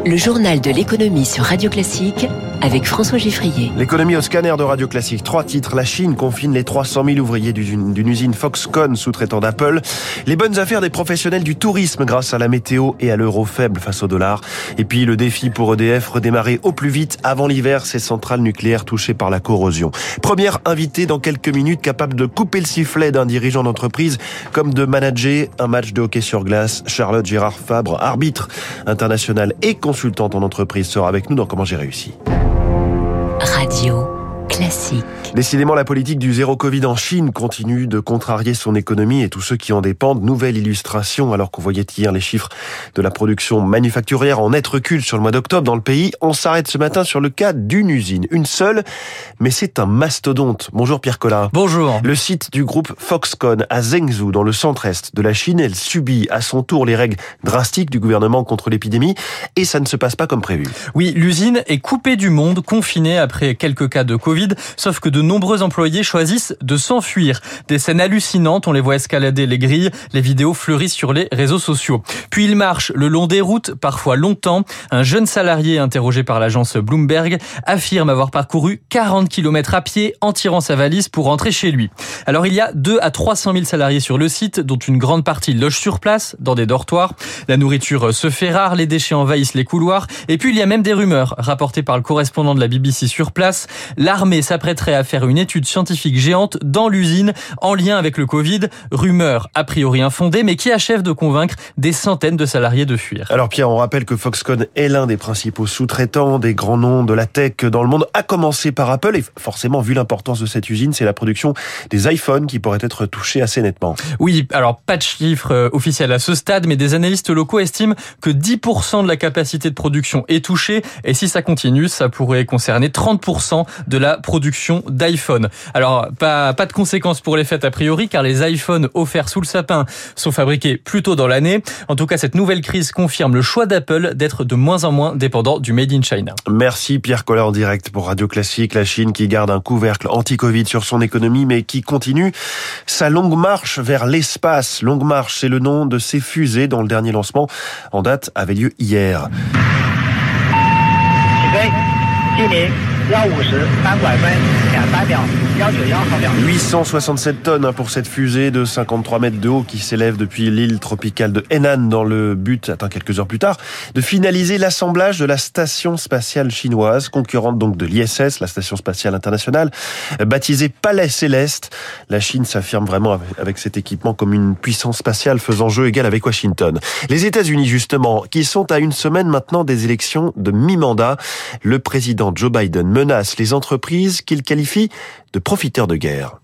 Le journal de l'économie sur Radio Classique avec François Giffrier. L'économie au scanner de Radio Classique. 3 titres. La Chine confine les 300 000 ouvriers d'une usine Foxconn sous-traitant d'Apple. Les bonnes affaires des professionnels du tourisme grâce à la météo et à l'euro faible face au dollar. Et puis le défi pour EDF, redémarrer au plus vite avant l'hiver ces centrales nucléaires touchées par la corrosion. Première invitée dans quelques minutes, capable de couper le sifflet d'un dirigeant d'entreprise comme de manager un match de hockey sur glace. Charlotte Gérard-Fabre, arbitre international et consultante en entreprise, sera avec nous dans Comment j'ai réussi. Radio Classique. Décidément, la politique du zéro Covid en Chine continue de contrarier son économie et tous ceux qui en dépendent. Nouvelle illustration, alors qu'on voyait hier les chiffres de la production manufacturière en net recul sur le mois d'octobre dans le pays. On s'arrête ce matin sur le cas d'une usine, une seule, mais c'est un mastodonte. Bonjour Pierre Collin. Bonjour. Le site du groupe Foxconn à Zhengzhou, dans le centre-est de la Chine, elle subit à son tour les règles drastiques du gouvernement contre l'épidémie et ça ne se passe pas comme prévu. Oui, l'usine est coupée du monde, confinée après quelques cas de Covid, sauf que de nombreux employés choisissent de s'enfuir. Des scènes hallucinantes, on les voit escalader les grilles, les vidéos fleurissent sur les réseaux sociaux. Puis ils marchent le long des routes, parfois longtemps. Un jeune salarié interrogé par l'agence Bloomberg affirme avoir parcouru 40 km à pied en tirant sa valise pour rentrer chez lui. Alors il y a 2 à 300 000 salariés sur le site, dont une grande partie loge sur place, dans des dortoirs. La nourriture se fait rare, les déchets envahissent les couloirs. Et puis il y a même des rumeurs, rapportées par le correspondant de la BBC sur place. L'armée s'apprêterait à faire une étude scientifique géante dans l'usine en lien avec le Covid. Rumeur a priori infondée, mais qui achève de convaincre des centaines de salariés de fuir. Alors Pierre, on rappelle que Foxconn est l'un des principaux sous-traitants des grands noms de la tech dans le monde, à commencer par Apple. Et forcément, vu l'importance de cette usine, c'est la production des iPhones qui pourrait être touchée assez nettement. Oui, alors pas de chiffres officiels à ce stade, mais des analystes locaux estiment que 10% de la capacité de production est touchée. Et si ça continue, ça pourrait concerner 30% de la production d'iPhone. Alors, pas de conséquences pour les fêtes a priori, car les iPhones offerts sous le sapin sont fabriqués plus tôt dans l'année. En tout cas, cette nouvelle crise confirme le choix d'Apple d'être de moins en moins dépendant du Made in China. Merci Pierre Collin en direct pour Radio Classique. La Chine qui garde un couvercle anti-Covid sur son économie, mais qui continue sa longue marche vers l'espace. Longue marche, c'est le nom de ces fusées dont le dernier lancement en date avait lieu hier. 867 tonnes pour cette fusée de 53 mètres de haut qui s'élève depuis l'île tropicale de Henan dans le but, quelques heures plus tard, de finaliser l'assemblage de la station spatiale chinoise, concurrente donc de l'ISS, la station spatiale internationale, baptisée Palais Céleste. La Chine s'affirme vraiment avec cet équipement comme une puissance spatiale faisant jeu égal avec Washington. Les États-Unis justement, qui sont à une semaine maintenant des élections de mi-mandat, le président Joe Biden menace les entreprises qu'il qualifie de profiteurs de guerre.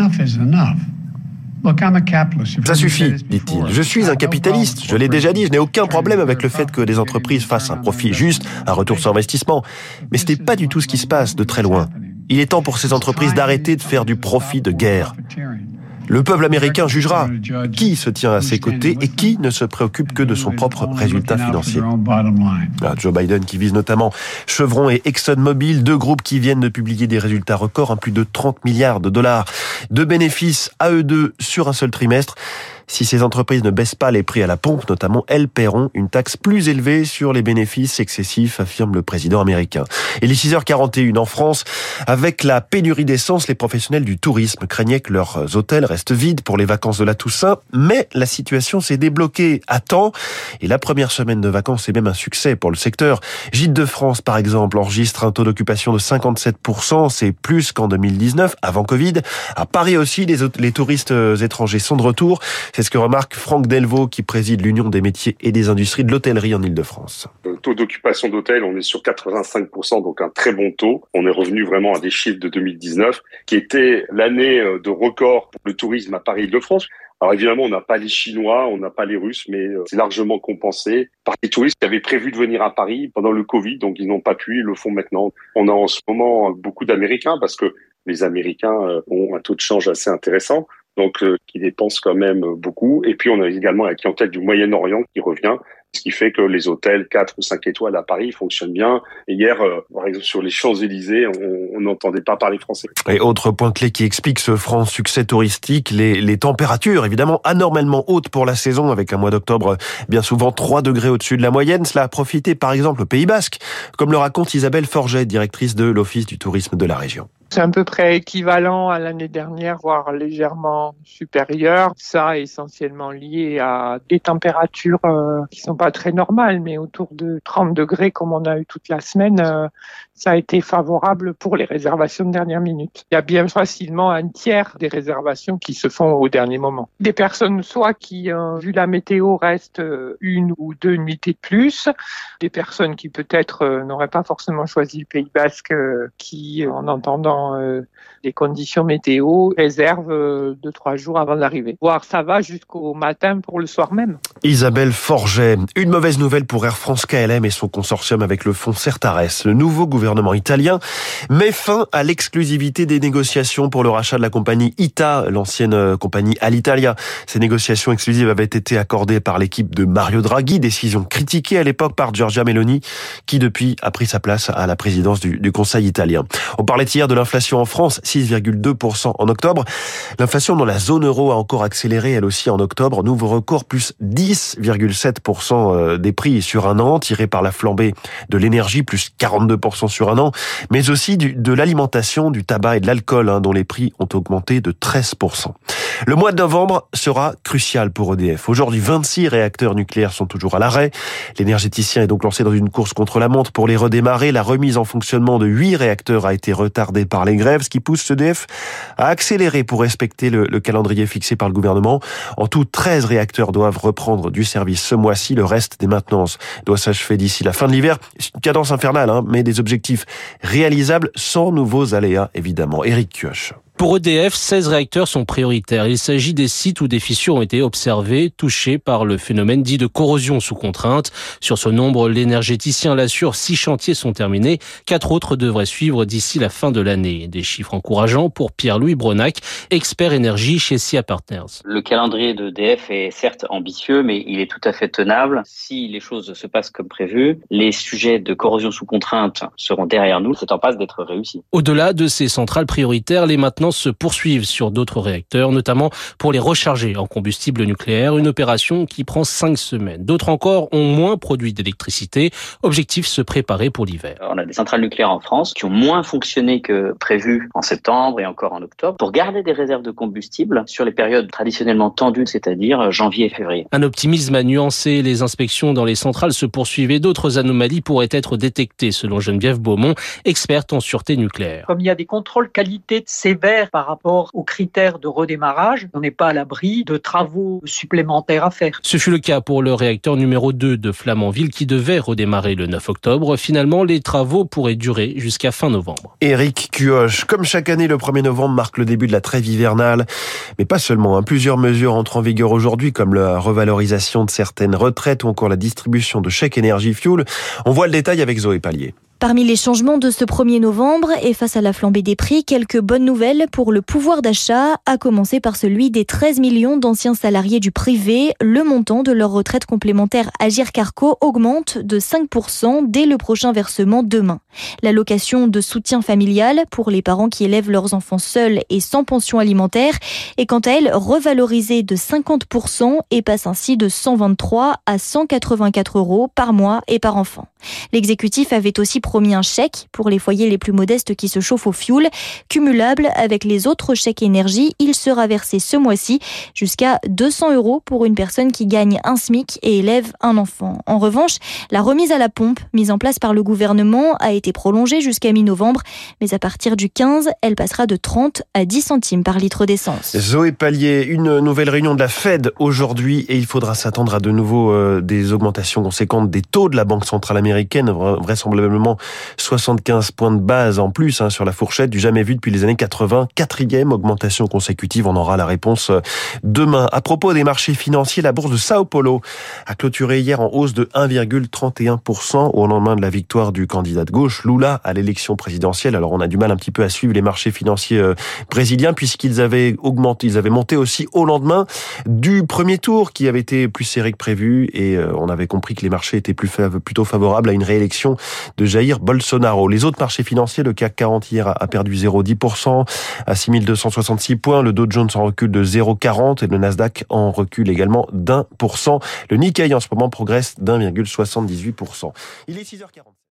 Ça suffit, dit-il. Je suis un capitaliste, je l'ai déjà dit, je n'ai aucun problème avec le fait que des entreprises fassent un profit juste, un retour sur investissement. Mais ce n'est pas du tout ce qui se passe de très loin. Il est temps pour ces entreprises d'arrêter de faire du profit de guerre. Le peuple américain jugera qui se tient à ses côtés et qui ne se préoccupe que de son propre résultat financier. Joe Biden qui vise notamment Chevron et ExxonMobil, 2 groupes qui viennent de publier des résultats records, plus de 30 milliards de dollars de bénéfices à eux deux sur un seul trimestre. Si ces entreprises ne baissent pas les prix à la pompe, notamment, elles paieront une taxe plus élevée sur les bénéfices excessifs, affirme le président américain. Et les 6h41 en France, avec la pénurie d'essence, les professionnels du tourisme craignaient que leurs hôtels restent vides pour les vacances de la Toussaint, mais la situation s'est débloquée à temps et la première semaine de vacances est même un succès pour le secteur. Gîtes de France, par exemple, enregistre un taux d'occupation de 57%, c'est plus qu'en 2019, avant Covid. À Paris aussi, les touristes étrangers sont de retour. C'est ce que remarque Franck Delvaux, qui préside l'Union des métiers et des industries de l'hôtellerie en Île-de-France. Le taux d'occupation d'hôtel, on est sur 85%, donc un très bon taux. On est revenu vraiment à des chiffres de 2019, qui était l'année de record pour le tourisme à Paris-Île-de-France. Alors évidemment, on n'a pas les Chinois, on n'a pas les Russes, mais c'est largement compensé par les touristes qui avaient prévu de venir à Paris pendant le Covid, donc ils n'ont pas pu, ils le font maintenant. On a en ce moment beaucoup d'Américains, parce que les Américains ont un taux de change assez intéressant. Donc qui dépensent quand même beaucoup. Et puis on a également la clientèle du Moyen-Orient qui revient. Ce qui fait que les hôtels 4 ou 5 étoiles à Paris fonctionnent bien. Et hier, par exemple, sur les Champs-Élysées, on n'entendait pas parler français. Et autre point clé qui explique ce franc succès touristique, les températures, évidemment, anormalement hautes pour la saison, avec un mois d'octobre bien souvent 3 degrés au-dessus de la moyenne. Cela a profité, par exemple, au Pays Basque, comme le raconte Isabelle Forget, directrice de l'Office du tourisme de la région. C'est à peu près équivalent à l'année dernière, voire légèrement supérieur. Ça, essentiellement lié à des températures qui sont pas très normales, mais autour de 30 degrés comme on a eu toute la semaine. Ça a été favorable pour les réservations de dernière minute. Il y a bien facilement un tiers des réservations qui se font au dernier moment. Des personnes soit qui, vu la météo, restent 1 ou 2 nuitées de plus. Des personnes qui peut-être n'auraient pas forcément choisi le Pays Basque, qui, en entendant les conditions météo, réservent 2-3 jours avant d'arriver. Voire ça va jusqu'au matin pour le soir même. Isabelle Forget. Une mauvaise nouvelle pour Air France KLM et son consortium avec le fonds Certares. Le nouveau gouvernement italien met fin à l'exclusivité des négociations pour le rachat de la compagnie ITA, l'ancienne compagnie Alitalia. Ces négociations exclusives avaient été accordées par l'équipe de Mario Draghi, décision critiquée à l'époque par Giorgia Meloni, qui depuis a pris sa place à la présidence du Conseil italien. On parlait hier de l'inflation en France, 6,2% en octobre. L'inflation dans la zone euro a encore accéléré, elle aussi, en octobre. Nouveau record, plus 10,7% des prix sur un an, tiré par la flambée de l'énergie, plus 42% sur un an, mais aussi de l'alimentation, du tabac et de l'alcool, dont les prix ont augmenté de 13%. Le mois de novembre sera crucial pour EDF. Aujourd'hui, 26 réacteurs nucléaires sont toujours à l'arrêt. L'énergéticien est donc lancé dans une course contre la montre pour les redémarrer. La remise en fonctionnement de 8 réacteurs a été retardée par les grèves, ce qui pousse EDF à accélérer pour respecter le calendrier fixé par le gouvernement. En tout, 13 réacteurs doivent reprendre du service ce mois-ci. Le reste des maintenances doit s'achever d'ici la fin de l'hiver. C'est une cadence infernale, mais des objectifs réalisables sans nouveaux aléas, évidemment. Éric Kioch. Pour EDF, 16 réacteurs sont prioritaires. Il s'agit des sites où des fissures ont été observées, touchés par le phénomène dit de corrosion sous contrainte. Sur ce nombre, l'énergéticien l'assure, 6 chantiers sont terminés. 4 autres devraient suivre d'ici la fin de l'année. Des chiffres encourageants pour Pierre-Louis Bronac, expert énergie chez SIA Partners. Le calendrier d'EDF est certes ambitieux, mais il est tout à fait tenable. Si les choses se passent comme prévu, les sujets de corrosion sous contrainte seront derrière nous. C'est en passe d'être réussi. Au-delà de ces centrales prioritaires, les maintenances se poursuivent sur d'autres réacteurs, notamment pour les recharger en combustible nucléaire, une opération qui prend 5 semaines. D'autres encore ont moins produit d'électricité. Objectif, se préparer pour l'hiver. On a des centrales nucléaires en France qui ont moins fonctionné que prévu en septembre et encore en octobre pour garder des réserves de combustible sur les périodes traditionnellement tendues, c'est-à-dire janvier et février. Un optimisme à nuancer. Les inspections dans les centrales se poursuivent et d'autres anomalies pourraient être détectées, selon Geneviève Beaumont, experte en sûreté nucléaire. Comme il y a des contrôles qualité sévères par rapport aux critères de redémarrage, on n'est pas à l'abri de travaux supplémentaires à faire. Ce fut le cas pour le réacteur numéro 2 de Flamanville qui devait redémarrer le 9 octobre. Finalement, les travaux pourraient durer jusqu'à fin novembre. Éric Kioch. Comme chaque année, le 1er novembre marque le début de la trêve hivernale. Mais pas seulement. Plusieurs mesures entrent en vigueur aujourd'hui, comme la revalorisation de certaines retraites ou encore la distribution de chèques énergie-fuel. On voit le détail avec Zoé Pallier. Parmi les changements de ce 1er novembre et face à la flambée des prix, quelques bonnes nouvelles pour le pouvoir d'achat, à commencer par celui des 13 millions d'anciens salariés du privé. Le montant de leur retraite complémentaire Agirc-Arrco augmente de 5% dès le prochain versement demain. L'allocation de soutien familial pour les parents qui élèvent leurs enfants seuls et sans pension alimentaire est quant à elle revalorisée de 50% et passe ainsi de 123 à 184 € par mois et par enfant. L'exécutif avait aussi promis un chèque pour les foyers les plus modestes qui se chauffent au fioul. Cumulable avec les autres chèques énergie, il sera versé ce mois-ci jusqu'à 200 € pour une personne qui gagne un SMIC et élève un enfant. En revanche, la remise à la pompe mise en place par le gouvernement a été prolongée jusqu'à mi-novembre, mais à partir du 15, elle passera de 30 à 10 centimes par litre d'essence. Zoé Pallier, une nouvelle réunion de la Fed aujourd'hui et il faudra s'attendre à de nouveau des augmentations conséquentes des taux de la Banque centrale américaine, vraisemblablement 75 points de base en plus sur la fourchette du jamais vu depuis les années 80. 4e augmentation consécutive, on aura la réponse demain. À propos des marchés financiers, la bourse de Sao Paulo a clôturé hier en hausse de 1,31% au lendemain de la victoire du candidat de gauche, Lula, à l'élection présidentielle. Alors on a du mal un petit peu à suivre les marchés financiers brésiliens puisqu'ils avaient monté aussi au lendemain du premier tour qui avait été plus serré que prévu et on avait compris que les marchés étaient plutôt favorables à une réélection de Jair Bolsonaro. Les autres marchés financiers, le CAC 40 hier a perdu 0,10% à 6266 points, le Dow Jones en recul de 0,40 et le Nasdaq en recul également d'1%. Le Nikkei en ce moment progresse d'1,78%. Il est 6h40.